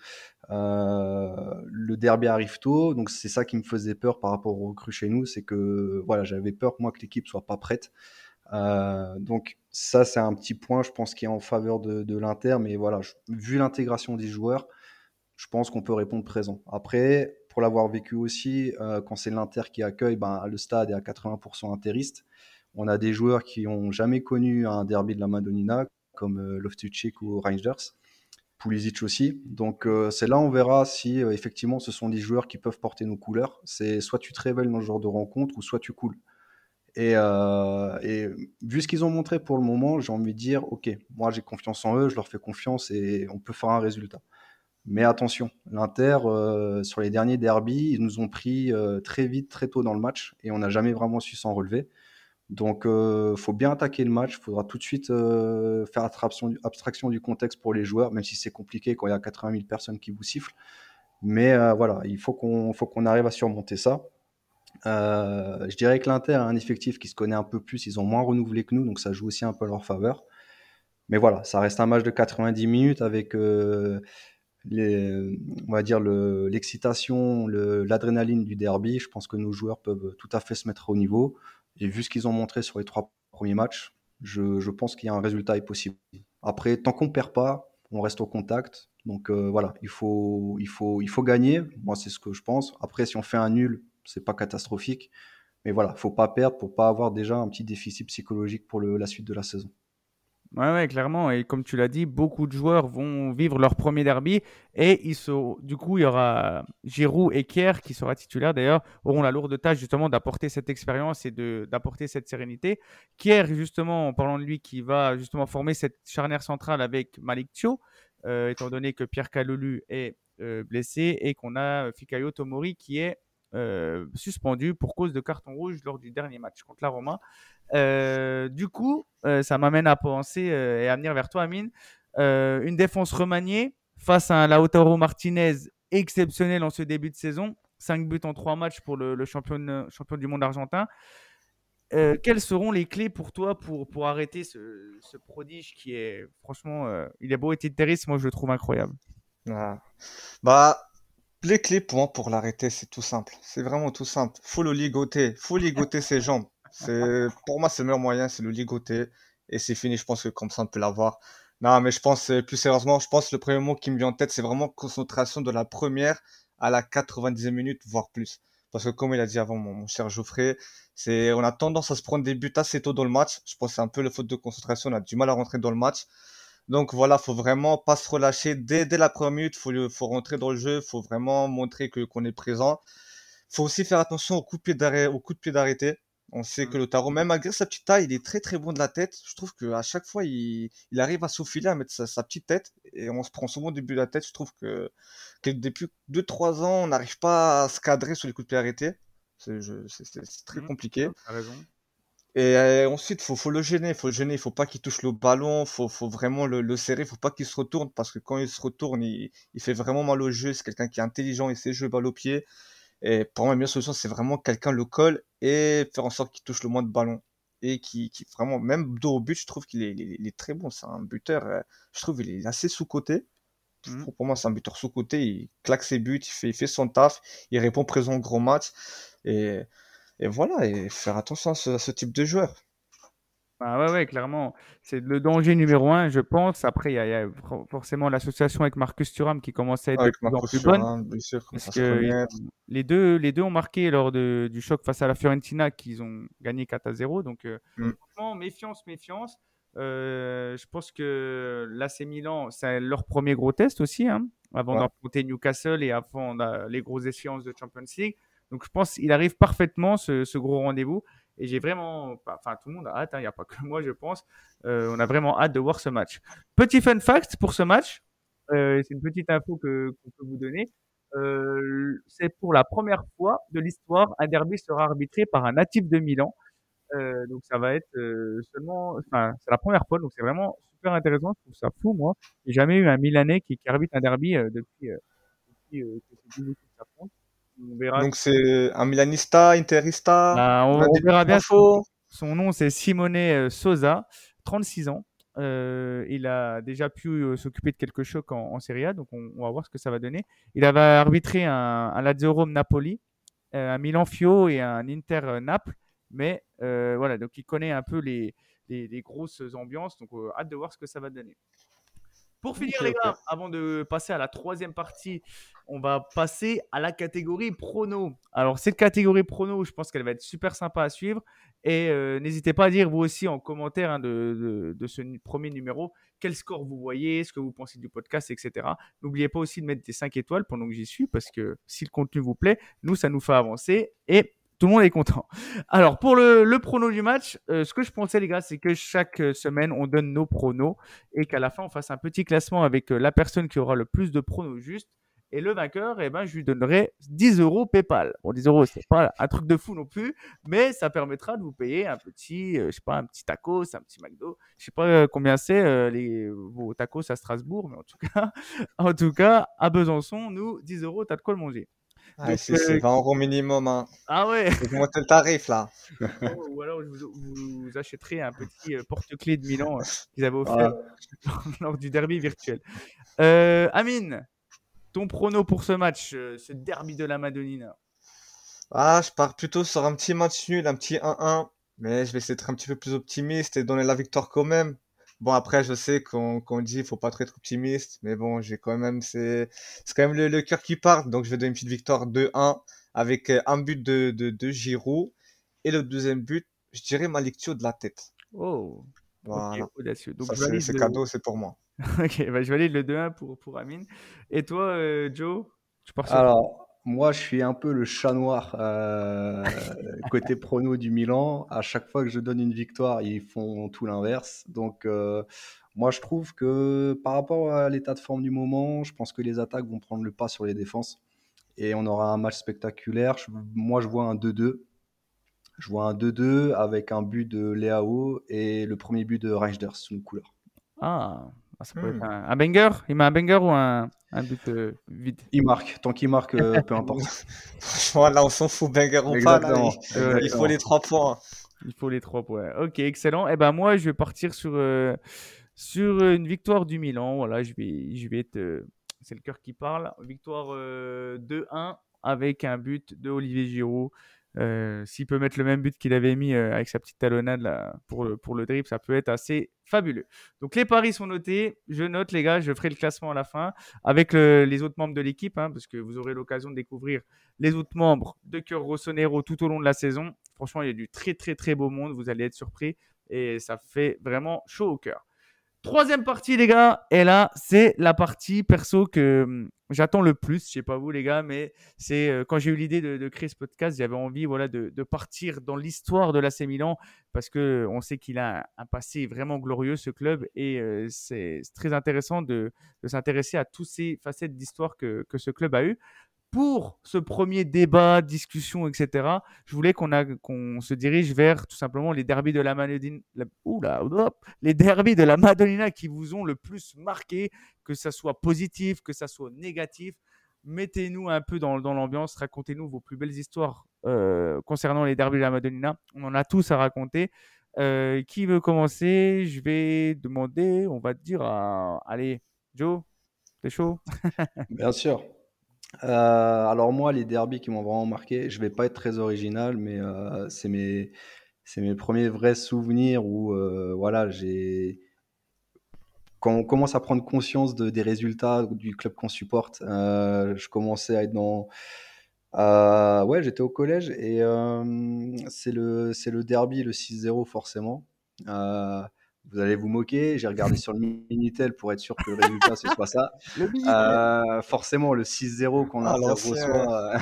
Le derby arrive tôt, donc c'est ça qui me faisait peur par rapport aux recrues chez nous, c'est que voilà, j'avais peur moi que l'équipe soit pas prête. Donc ça, c'est un petit point, je pense, qui est en faveur de l'Inter, mais voilà, vu l'intégration des joueurs, je pense qu'on peut répondre présent. Après, pour l'avoir vécu aussi, quand c'est l'Inter qui accueille, ben, le stade est à 80% interiste. On a des joueurs qui n'ont jamais connu un derby de la Madonnina, comme Loftus-Cheek ou Reinders, Pulisic aussi. Donc c'est là on verra si effectivement ce sont des joueurs qui peuvent porter nos couleurs. C'est soit tu te révèles dans ce genre de rencontre ou soit tu coules. Et vu ce qu'ils ont montré pour le moment, j'ai envie de dire, ok, moi j'ai confiance en eux, je leur fais confiance et on peut faire un résultat. Mais attention, l'Inter, sur les derniers derbys, ils nous ont pris très vite, très tôt dans le match et on n'a jamais vraiment su s'en relever. Donc, faut bien attaquer le match. Il faudra tout de suite faire abstraction du contexte pour les joueurs, même si c'est compliqué quand il y a 80 000 personnes qui vous sifflent. Mais voilà, il faut qu'on arrive à surmonter ça. Je dirais que l'Inter a un effectif qui se connaît un peu plus. Ils ont moins renouvelé que nous, donc ça joue aussi un peu à leur faveur. Mais voilà, ça reste un match de 90 minutes avec on va dire l'excitation, l'adrénaline du derby. Je pense que nos joueurs peuvent tout à fait se mettre au niveau. Et vu ce qu'ils ont montré sur les 3 premiers matchs, je pense qu'il y a un résultat est possible. Après, tant qu'on ne perd pas, on reste au contact. Donc voilà, il faut gagner. Moi, c'est ce que je pense. Après, si on fait un nul, c'est pas catastrophique. Mais voilà, faut pas perdre pour pas avoir déjà un petit déficit psychologique pour la suite de la saison. Ouais, clairement. Et comme tu l'as dit, beaucoup de joueurs vont vivre leur premier derby. Et du coup, il y aura Giroud et Kier, qui sera titulaire d'ailleurs, auront la lourde tâche justement d'apporter cette expérience et d'apporter cette sérénité. Kier, justement, en parlant de lui, qui va justement former cette charnière centrale avec Malick Thiaw, étant donné que Pierre Kalulu est blessé et qu'on a Fikayo Tomori qui est suspendu pour cause de carton rouge lors du dernier match contre la Roma. Du coup, ça m'amène à penser et à venir vers toi, Amine. Une défense remaniée face à un Lautaro Martinez exceptionnel en ce début de saison. 5 buts en 3 matchs pour le champion du monde argentin. Quelles seront les clés pour toi pour arrêter ce prodige qui est, franchement, il est beau et terroriste, moi je le trouve incroyable. Ah. Bah, les clés pour moi pour l'arrêter, c'est tout simple. C'est vraiment tout simple. Faut ligoter ses jambes. Pour moi, c'est le meilleur moyen, c'est le ligoter. Et c'est fini, je pense que comme ça, on peut l'avoir. Non, mais je pense, plus sérieusement, je pense que le premier mot qui me vient en tête, c'est vraiment concentration de la première à la 90e minute, voire plus. Parce que comme il a dit avant, mon cher Geoffrey, on a tendance à se prendre des buts assez tôt dans le match. Je pense que c'est un peu le faute de concentration, on a du mal à rentrer dans le match. Donc voilà, faut vraiment pas se relâcher dès la première minute. Faut rentrer dans le jeu. Faut vraiment montrer qu'on est présent. Faut aussi faire attention au coup de pied d'arrêté. On sait que Lautaro, même malgré sa petite taille, il est très très bon de la tête. Je trouve qu'à chaque fois, il arrive à s'aufiler, à mettre sa petite tête. Et on se prend souvent du but de la tête. Je trouve que depuis 2-3 ans, on n'arrive pas à se cadrer sur les coups de pied arrêtés. C'est très compliqué. T'as raison. Et ensuite, faut le gêner, il faut pas qu'il touche le ballon, faut vraiment le serrer, faut pas qu'il se retourne parce que quand il se retourne, il fait vraiment mal au jeu. C'est quelqu'un qui est intelligent, il sait jouer balle au pied. Et pour moi, la meilleure solution, c'est vraiment quelqu'un le colle et faire en sorte qu'il touche le moins de ballons et qui vraiment, même dos au but, je trouve qu'il est très bon. C'est un buteur, je trouve il est assez sous-coté. Pour moi, c'est un buteur sous-coté. Il claque ses buts, il fait son taf, il répond présent au gros match. Et et voilà, et faire attention à ce type de joueur. Ah ouais, clairement. C'est le danger numéro un, je pense. Après, il y a forcément l'association avec Marcus Thuram qui commence à être de Avec plus en Marcos plus bonne. Thuram, bien sûr, Parce à se que remettre. les deux ont marqué lors du choc face à la Fiorentina, qu'ils ont gagné 4-0. Donc, Mm. franchement, méfiance. Je pense que l'AC Milan, c'est leur premier gros test aussi, hein, avant Ouais. d'affronter Newcastle et avant les grosses échéances de Champions League. Donc, je pense qu'il arrive parfaitement ce gros rendez-vous. Et j'ai vraiment, enfin, tout le monde a hâte, hein, il n'y a pas que moi, je pense. On a vraiment hâte de voir ce match. Petit fun fact pour ce match, c'est une petite info qu'on peut vous donner. C'est pour la première fois de l'histoire, un derby sera arbitré par un natif de Milan. Donc ça va être enfin, c'est la première fois, donc c'est vraiment super intéressant. Je trouve ça fou, moi. J'ai jamais eu un Milanais qui arbitre un derby depuis que ces deux équipes s'affrontent. On verra. Donc c'est un Milanista, Interista, Bah, on a on des verra bien. infos. Son nom, c'est Simone Sosa, 36 ans. Il a déjà pu s'occuper de quelques chocs en Serie A, donc on va voir ce que ça va donner. Il avait arbitré un Lazio Rome Napoli, un Milan Fio et un Inter Naples, mais voilà, donc il connaît un peu les grosses ambiances, donc hâte de voir ce que ça va donner. Pour finir, Ok, les ok. gars, avant de passer à la troisième partie, on va passer à la catégorie prono. Alors, cette catégorie prono, je pense qu'elle va être super sympa à suivre. Et n'hésitez pas à dire, vous aussi, en commentaire de ce premier numéro, quel score vous voyez, ce que vous pensez du podcast, etc. N'oubliez pas aussi de mettre des 5 étoiles pendant que j'y suis, parce que si le contenu vous plaît, nous, ça nous fait avancer. Et tout le monde est content. Alors, pour le prono du match, ce que je pensais, les gars, c'est que chaque semaine, on donne nos pronos et qu'à la fin, on fasse un petit classement avec la personne qui aura le plus de pronos justes. Et le vainqueur, eh ben, je lui donnerai 10 euros PayPal. Bon, 10 euros, c'est pas un truc de fou non plus, mais ça permettra de vous payer un petit, je sais pas, un petit tacos, un petit McDo. Je sais pas combien c'est vos tacos à Strasbourg, mais en tout cas, à Besançon, nous, 10 euros, t'as de quoi le manger. Ah, Donc, si, c'est 20 euros minimum, hein. ah ouais, Faut augmenter le tarif, là. ou alors vous achèterez un petit porte-clés de Milan qu'ils avaient offert Ah, lors du derby virtuel. Amine, ton prono pour ce match, ce derby de la Madonnina. Ah, je pars plutôt sur un petit match nul, un petit 1-1. Mais je vais essayer d'être un petit peu plus optimiste et donner la victoire quand même. Bon, après, je sais qu'on dit faut pas trop être optimiste. Mais bon, j'ai quand même, c'est quand même le cœur qui part. Donc, je vais donner une petite victoire 2-1 avec un but de Giroud. Et le deuxième but, je dirais Malick Thiaw de la tête. Oh. Voilà. Ok, audacieux. Donc Ça, je valide c'est le... cadeau, c'est pour moi. Ok, bah, je valide le 2-1 pour Amine. Et toi, Joe, tu pars sur quoi? Alors, moi, je suis un peu le chat noir côté prono du Milan. À chaque fois que je donne une victoire, ils font tout l'inverse. Donc, moi, je trouve que par rapport à l'état de forme du moment, je pense que les attaques vont prendre le pas sur les défenses et on aura un match spectaculaire. Moi, je vois un 2-2. Je vois un 2-2 avec un but de Leao et le premier but de Reinders sous nos couleurs. Ah, ça peut être Hmm. un banger. Il met un banger ou un but vide? Il marque. Tant qu'il marque, peu importe. Franchement, là, on s'en fout, banger ou pas, là, Exactement. Ouais, il faut Exactement. les 3 points. il faut les 3 points. Ok, excellent. Et ben moi, je vais partir sur une victoire du Milan. Voilà, je vais être. C'est le cœur qui parle. Victoire 2-1 avec un but de Olivier Giroud. S'il peut mettre le même but qu'il avait mis avec sa petite talonnade là, pour le dribble, ça peut être assez fabuleux. Donc les paris sont notés. Je note, les gars, je ferai le classement à la fin avec les autres membres de l'équipe, hein, parce que vous aurez l'occasion de découvrir les autres membres de Cœur Rossonero tout au long de la saison. Franchement, il y a du très très très beau monde. Vous allez être surpris et ça fait vraiment chaud au cœur. Troisième partie, les gars, et là, c'est la partie perso que j'attends le plus. Je sais pas vous, les gars, mais c'est quand j'ai eu l'idée de créer ce podcast, j'avais envie, voilà, de partir dans l'histoire de l'AC Milan parce que on sait qu'il a un passé vraiment glorieux, ce club, et c'est très intéressant de s'intéresser à toutes ces facettes d'histoire que ce club a eu. Pour ce premier débat, discussion, etc., je voulais qu'on se dirige vers tout simplement les derbys de la Madonnina, les derbys de la Madonnina qui vous ont le plus marqué, que ça soit positif, que ça soit négatif. Mettez-nous un peu dans l'ambiance, racontez-nous vos plus belles histoires concernant les derbys de la Madonnina. On en a tous à raconter. Qui veut commencer? Je vais demander, on va dire allez, Joe, t'es chaud? Bien sûr. Alors moi, les derbys qui m'ont vraiment marqué, je vais pas être très original, mais c'est mes premiers vrais souvenirs où voilà, quand on commence à prendre conscience des résultats du club qu'on supporte, je commençais à être ouais, j'étais au collège et c'est le derby, le 6-0 forcément. Euh, Vous allez vous moquer, j'ai regardé sur le Minitel pour être sûr que le résultat ce soit ça. Le Minitel. Forcément, le 6-0 quand Ah, l'Inter l'ancien. reçoit,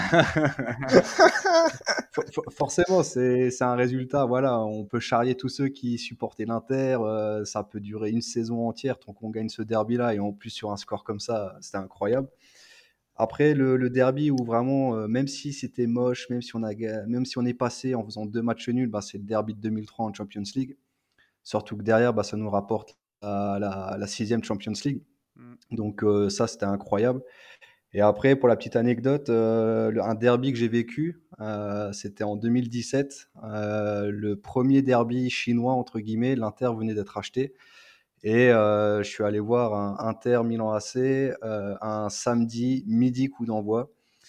forcément, c'est un résultat. Voilà, on peut charrier tous ceux qui supportaient l'Inter. Ça peut durer une saison entière tant qu'on gagne ce derby-là. Et en plus, sur un score comme ça, c'était incroyable. Après, le derby où vraiment, même si c'était moche, même si on est passé en faisant 2 matchs nuls, bah, c'est le derby de 2003 en Champions League. Surtout que derrière, bah, ça nous rapporte la 6e Champions League. Mm. Donc ça, c'était incroyable. Et après, pour la petite anecdote, un derby que j'ai vécu, c'était en 2017. Le premier derby chinois, entre guillemets, l'Inter venait d'être acheté. Et je suis allé voir un Inter Milan AC un samedi midi coup d'envoi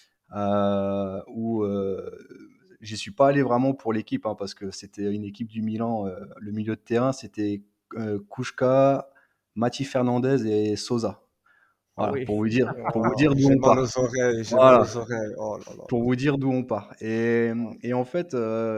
où j'y suis pas allé vraiment pour l'équipe hein, parce que c'était une équipe du Milan. Le milieu de terrain, c'était Kuška, Mati Fernandez et Sosa. Ah Voilà, oui. pour vous Oh, dire d'où j'ai on mal part. aux oreilles, j'ai mal Voilà, aux oreilles. Oh là là. pour vous dire d'où on part. Et en fait,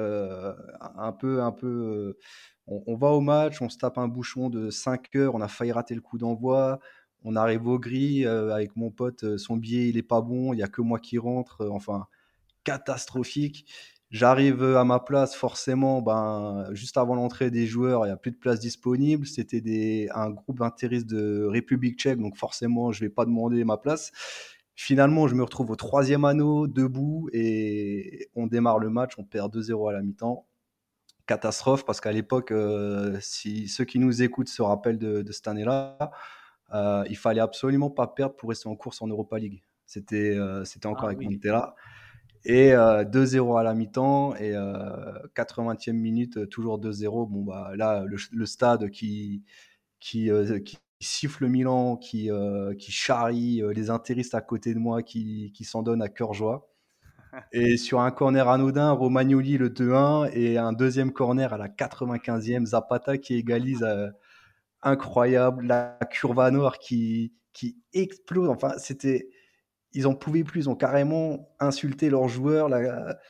on va au match, on se tape un bouchon de 5 heures, on a failli rater le coup d'envoi, on arrive au gris avec mon pote, son billet il est pas bon, il y a que moi qui rentre, enfin catastrophique. J'arrive à ma place, forcément, ben, juste avant l'entrée des joueurs, il n'y a plus de place disponible. C'était un groupe d'intéristes de République tchèque, donc forcément, je ne vais pas demander ma place. Finalement, je me retrouve au 3e anneau, debout, et on démarre le match, on perd 2-0 à la mi-temps. Catastrophe, parce qu'à l'époque, si ceux qui nous écoutent se rappellent de cette année-là, il fallait absolument pas perdre pour rester en course en Europa League. C'était encore Ah avec oui. Montella. Et 2-0 à la mi-temps et 80e minute, toujours 2-0. Bon, bah, là, le stade qui siffle Milan, qui charrie les intéristes à côté de moi, qui s'en donnent à cœur joie. Et sur un corner anodin, Romagnoli le 2-1 et un deuxième corner à la 95e, Zapata qui égalise incroyable. La curva nord qui explose. Enfin, ils en pouvaient plus, ils ont carrément insulté leurs joueurs.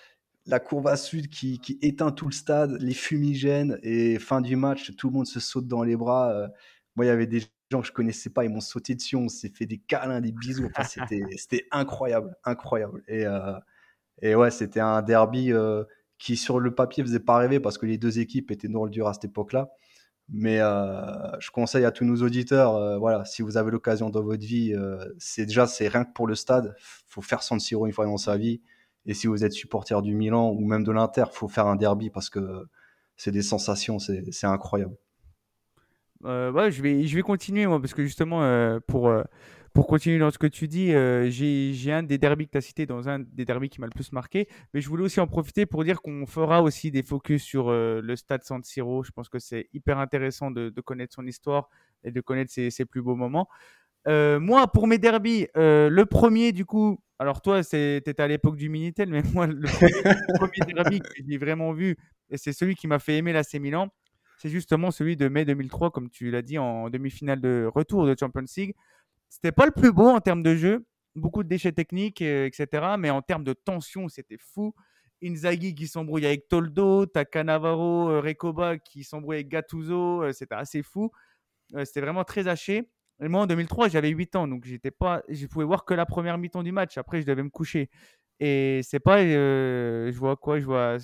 la courbe à sud qui éteint tout le stade, les fumigènes, et fin du match, tout le monde se saute dans les bras. Moi, il y avait des gens que je connaissais pas, ils m'ont sauté dessus, on s'est fait des câlins, des bisous. Enfin, c'était incroyable, incroyable. Et ouais, c'était un derby qui, sur le papier, faisait pas rêver parce que les deux équipes étaient dans le dur à cette époque-là. Mais je conseille à tous nos auditeurs, voilà, si vous avez l'occasion dans votre vie, c'est rien que pour le stade, faut faire San Siro une fois dans sa vie. Et si vous êtes supporter du Milan ou même de l'Inter, faut faire un derby parce que c'est des sensations, c'est incroyable. Ouais, je vais continuer moi parce que justement pour continuer dans ce que tu dis, j'ai un des derbys que tu as cité dans un des derbys qui m'a le plus marqué, mais je voulais aussi en profiter pour dire qu'on fera aussi des focus sur le stade San Siro. Je pense que c'est hyper intéressant de connaître son histoire et de connaître ses plus beaux moments. Moi, pour mes derbys, le premier, du coup, alors toi, t'étais à l'époque du Minitel, mais moi, le premier derby que j'ai vraiment vu, et c'est celui qui m'a fait aimer l'AC Milan, c'est justement celui de mai 2003, comme tu l'as dit, en demi-finale de retour de Champions League. C'était pas le plus beau en termes de jeu, beaucoup de déchets techniques, etc. Mais en termes de tension, c'était fou. Inzaghi qui s'embrouille avec Toldo, t'as Cannavaro, Recoba qui s'embrouille avec Gattuso, c'était assez fou. C'était vraiment très haché. Et moi, en 2003, j'avais 8 ans, donc je pouvais voir que la première mi-temps du match. Après, je devais me coucher. Et c'est pas, je vois quoi? Je vois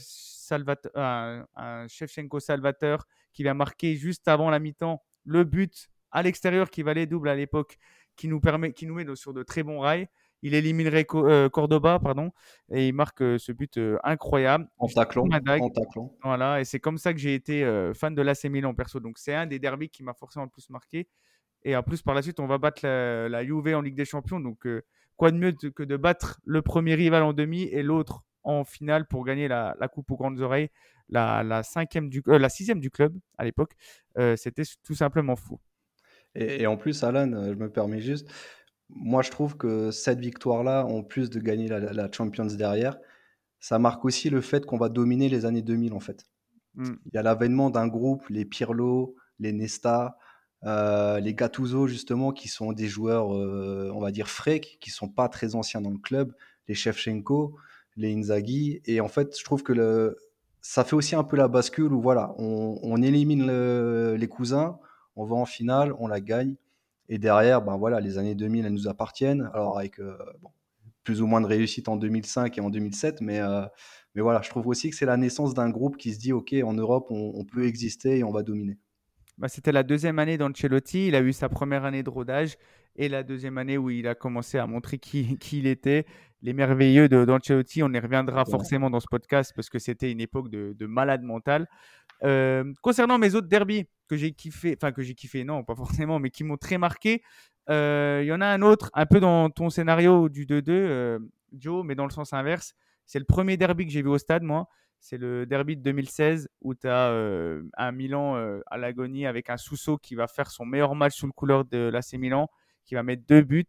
un Shevchenko Salvateur qui vient marquer juste avant la mi-temps le but à l'extérieur qui valait double à l'époque, qui nous met sur de très bons rails. Il éliminerait Cordoba, pardon, et il marque ce but incroyable. En J'étais taclant, comme un dingue. en taclant. Voilà, et c'est comme ça que j'ai été fan de l'AC Milan perso. Donc c'est un des derbys qui m'a forcément le plus marqué. Et en plus, par la suite, on va battre la Juve en Ligue des Champions. Donc quoi de mieux que de battre le premier rival en demi et l'autre en finale pour gagner la coupe aux grandes oreilles, la sixième du club à l'époque. C'était tout simplement fou. Et en plus, Alan, je me permets juste, moi je trouve que cette victoire-là, en plus de gagner la Champions derrière, ça marque aussi le fait qu'on va dominer les années 2000 en fait. Mm. Il y a l'avènement d'un groupe, les Pirlo, les Nesta, les Gattuso justement, qui sont des joueurs, on va dire frais, qui sont pas très anciens dans le club, les Shevchenko, les Inzaghi. Et en fait, je trouve que ça fait aussi un peu la bascule où voilà, on élimine les cousins, on va en finale, on la gagne. Et derrière, ben voilà, les années 2000, elles nous appartiennent. Alors avec bon, plus ou moins de réussite en 2005 et en 2007, mais voilà, je trouve aussi que c'est la naissance d'un groupe qui se dit, OK, en Europe, on peut exister et on va dominer. Bah, c'était la deuxième année d'Ancelotti. Il a eu sa première année de rodage et la deuxième année où il a commencé à montrer qui il était. Les merveilleux d'Ancelotti, on y reviendra Voilà. forcément dans ce podcast parce que c'était une époque de malade mental. Concernant mes autres derbys que j'ai kiffé, non, pas forcément, mais qui m'ont très marqué, il y en a un autre, un peu dans ton scénario du 2-2, Joe, mais dans le sens inverse. C'est le premier derby que j'ai vu au stade, moi. C'est le derby de 2016 où tu as un Milan à l'agonie avec un Suso qui va faire son meilleur match sous le couleur de l'AC Milan, qui va mettre 2 buts.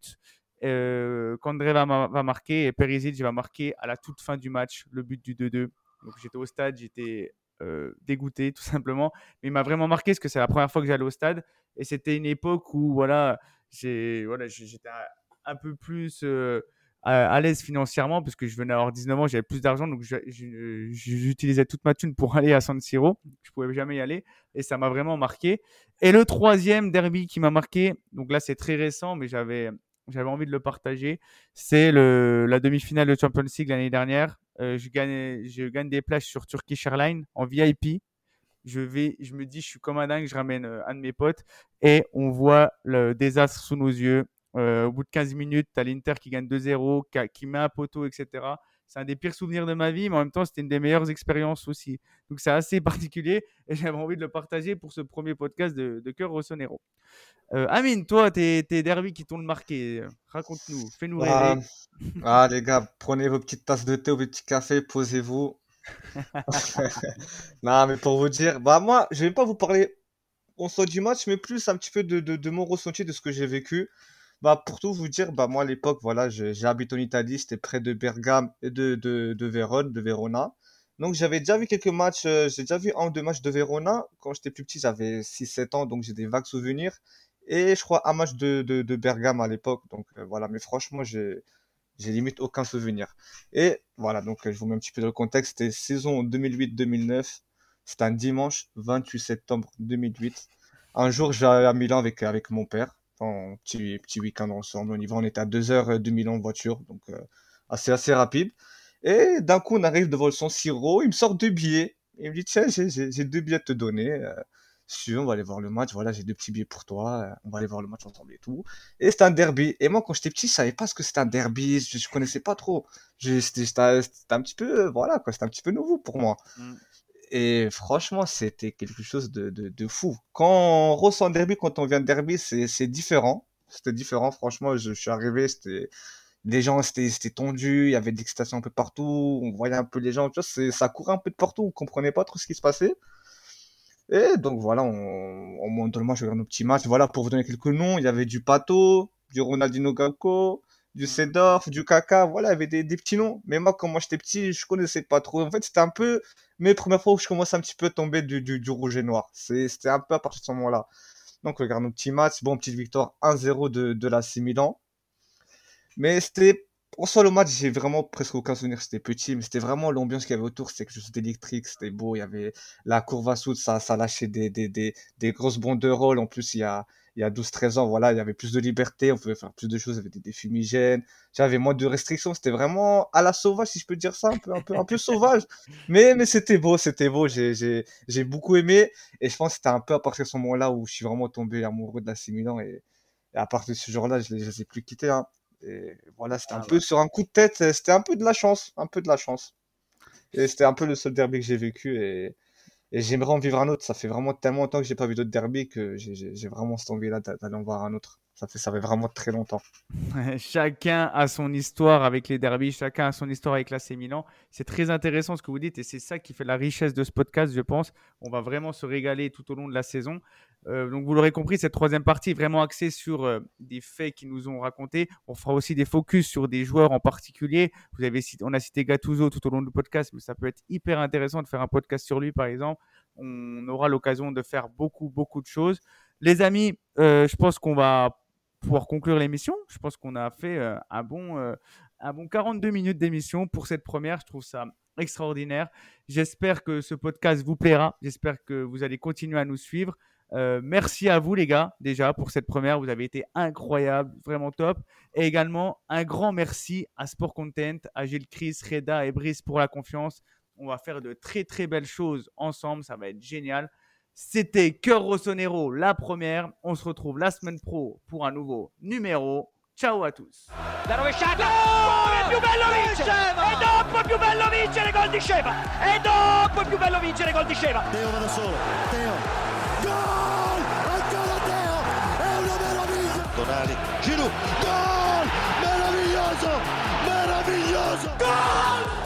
Kandré va marquer et Perisic va marquer à la toute fin du match le but du 2-2. Donc j'étais au stade, j'étais dégoûté tout simplement. Mais il m'a vraiment marqué parce que c'est la première fois que j'allais au stade et c'était une époque où voilà, j'étais un peu plus à l'aise financièrement parce que je venais avoir 19 ans, j'avais plus d'argent donc j'utilisais toute ma thune pour aller à San Siro. Je pouvais jamais y aller et ça m'a vraiment marqué. Et le troisième derby qui m'a marqué, donc là c'est très récent mais j'avais envie de le partager, c'est la demi-finale de Champions League l'année dernière. Je gagne des places sur Turkish Airlines en VIP. Je me dis, je suis comme un dingue, je ramène un de mes potes et on voit le désastre sous nos yeux. Au bout de 15 minutes, tu as l'Inter qui gagne 2-0, qui met un poteau, etc. C'est un des pires souvenirs de ma vie, mais en même temps, c'était une des meilleures expériences aussi. Donc, c'est assez particulier et j'avais envie de le partager pour ce premier podcast de Cœur Rossonero. Amine, toi, tes derbys qui t'ont marqué, raconte-nous, fais-nous Ah, rêver. les gars, prenez vos petites tasses de thé ou vos petits cafés, posez-vous. Non, mais pour vous dire, bah moi, je vais pas vous parler en soi du match, mais plus un petit peu de mon ressenti, de ce que j'ai vécu. Bah, pour tout vous dire, bah moi à l'époque, voilà, j'ai habité en Italie, c'était près de Bergame et de Vérone, de Verona. Donc j'avais déjà vu quelques matchs, j'ai déjà vu un ou deux matchs de Verona. Quand j'étais plus petit, j'avais 6 7 ans, donc j'ai des vagues souvenirs. Et je crois un match de Bergame à l'époque. Donc voilà, mais franchement, J'ai limite aucun souvenir. Et voilà, donc je vous mets un petit peu dans le contexte. C'était saison 2008-2009. C'était un dimanche 28 septembre 2008. Un jour, j'allais à Milan avec mon père. Enfin, petit week-end ensemble. On était à 2 heures de Milan en voiture, donc assez rapide. Et d'un coup, on arrive devant le San Siro. Il me sort 2 billets. Il me dit, tiens, j'ai 2 billets à te donner. Si tu veux, on va aller voir le match. Voilà, j'ai 2 petits billets pour toi. On va aller voir le match ensemble et tout. Et c'était un derby. Et moi, quand j'étais petit, je savais pas ce que c'était un derby. Je connaissais pas trop. C'était un petit peu, voilà, quoi. C'était un petit peu nouveau pour moi. Et franchement, c'était quelque chose de fou. Quand on ressent un derby, quand on vient de derby, c'est différent. C'était différent, franchement. Je suis arrivé, les gens, c'était tendu. Il y avait de l'excitation un peu partout. On voyait un peu les gens. Tu vois, ça courait un peu de partout. On comprenait pas trop ce qui se passait. Et donc voilà, on monte dans le match, on regarde nos petits matchs. Voilà, pour vous donner quelques noms, il y avait du Pato, du Ronaldinho Gago, du Seedorf, du Kaka. Voilà, il y avait des petits noms. Mais moi, quand moi j'étais petit, je connaissais pas trop. En fait, c'était un peu mes premières fois où je commençais un petit peu à tomber du rouge et noir. C'était un peu à partir de ce moment-là. Donc, on regarde nos petits matchs. Bon, petite victoire 1-0 de l'AC Milan. Mais c'était, en soi, le match, j'ai vraiment presque aucun souvenir. C'était petit, mais c'était vraiment l'ambiance qu'il y avait autour. C'était quelque chose d'électrique, c'était beau. Il y avait la courbe à soude, ça lâchait des grosses banderoles. En plus, il y a 12-13 ans, voilà, il y avait plus de liberté. On pouvait faire plus de choses. Il y avait des fumigènes. J'avais moins de restrictions. C'était vraiment à la sauvage, si je peux dire ça. Un peu sauvage. Mais c'était beau, c'était beau. J'ai beaucoup aimé. Et je pense que c'était un peu à partir de ce moment-là où je suis vraiment tombé amoureux de l'AC Milan. Et à partir de ce jour-là, je les ai plus quittés, hein. Et voilà, c'était un peu sur un coup de tête, c'était un peu de la chance, un peu de la chance. Et c'était un peu le seul derby que j'ai vécu et j'aimerais en vivre un autre. Ça fait vraiment tellement longtemps que j'ai pas vu d'autres derby que j'ai vraiment cette envie-là d'aller en voir un autre. Ça fait vraiment très longtemps. Chacun a son histoire avec les derbys, chacun a son histoire avec l'AC Milan. C'est très intéressant ce que vous dites et c'est ça qui fait la richesse de ce podcast, je pense. On va vraiment se régaler tout au long de la saison. Donc vous l'aurez compris, cette troisième partie est vraiment axée sur des faits qu'ils nous ont racontés. On fera aussi des focus sur des joueurs en particulier. On a cité Gattuso tout au long du podcast, mais ça peut être hyper intéressant de faire un podcast sur lui, par exemple. On aura l'occasion de faire beaucoup de choses. Les amis, je pense qu'on va pouvoir conclure l'émission. Je pense qu'on a fait un bon 42 minutes d'émission pour cette première. Je trouve ça extraordinaire. J'espère que ce podcast vous plaira. J'espère que vous allez continuer à nous suivre. Merci à vous les gars déjà pour cette première, vous avez été incroyables, vraiment top. Et également un grand merci à Sport Content, à Gilles Chris, Reda et Brice pour la confiance. On va faire de très belles choses ensemble, ça va être génial. C'était Cœur Rossonero, la première. On se retrouve la semaine pro pour un nouveau numéro. Ciao à tous. La rovesciata, è più bello vincere e dopo è più bello vincere gol di Sceva e dopo è più bello vincere gol di Sceva. Teo va da solo, Teo, gol, ancora Teo, è una meraviglia. Tonali, Giroud, gol, meraviglioso, meraviglioso. Gol!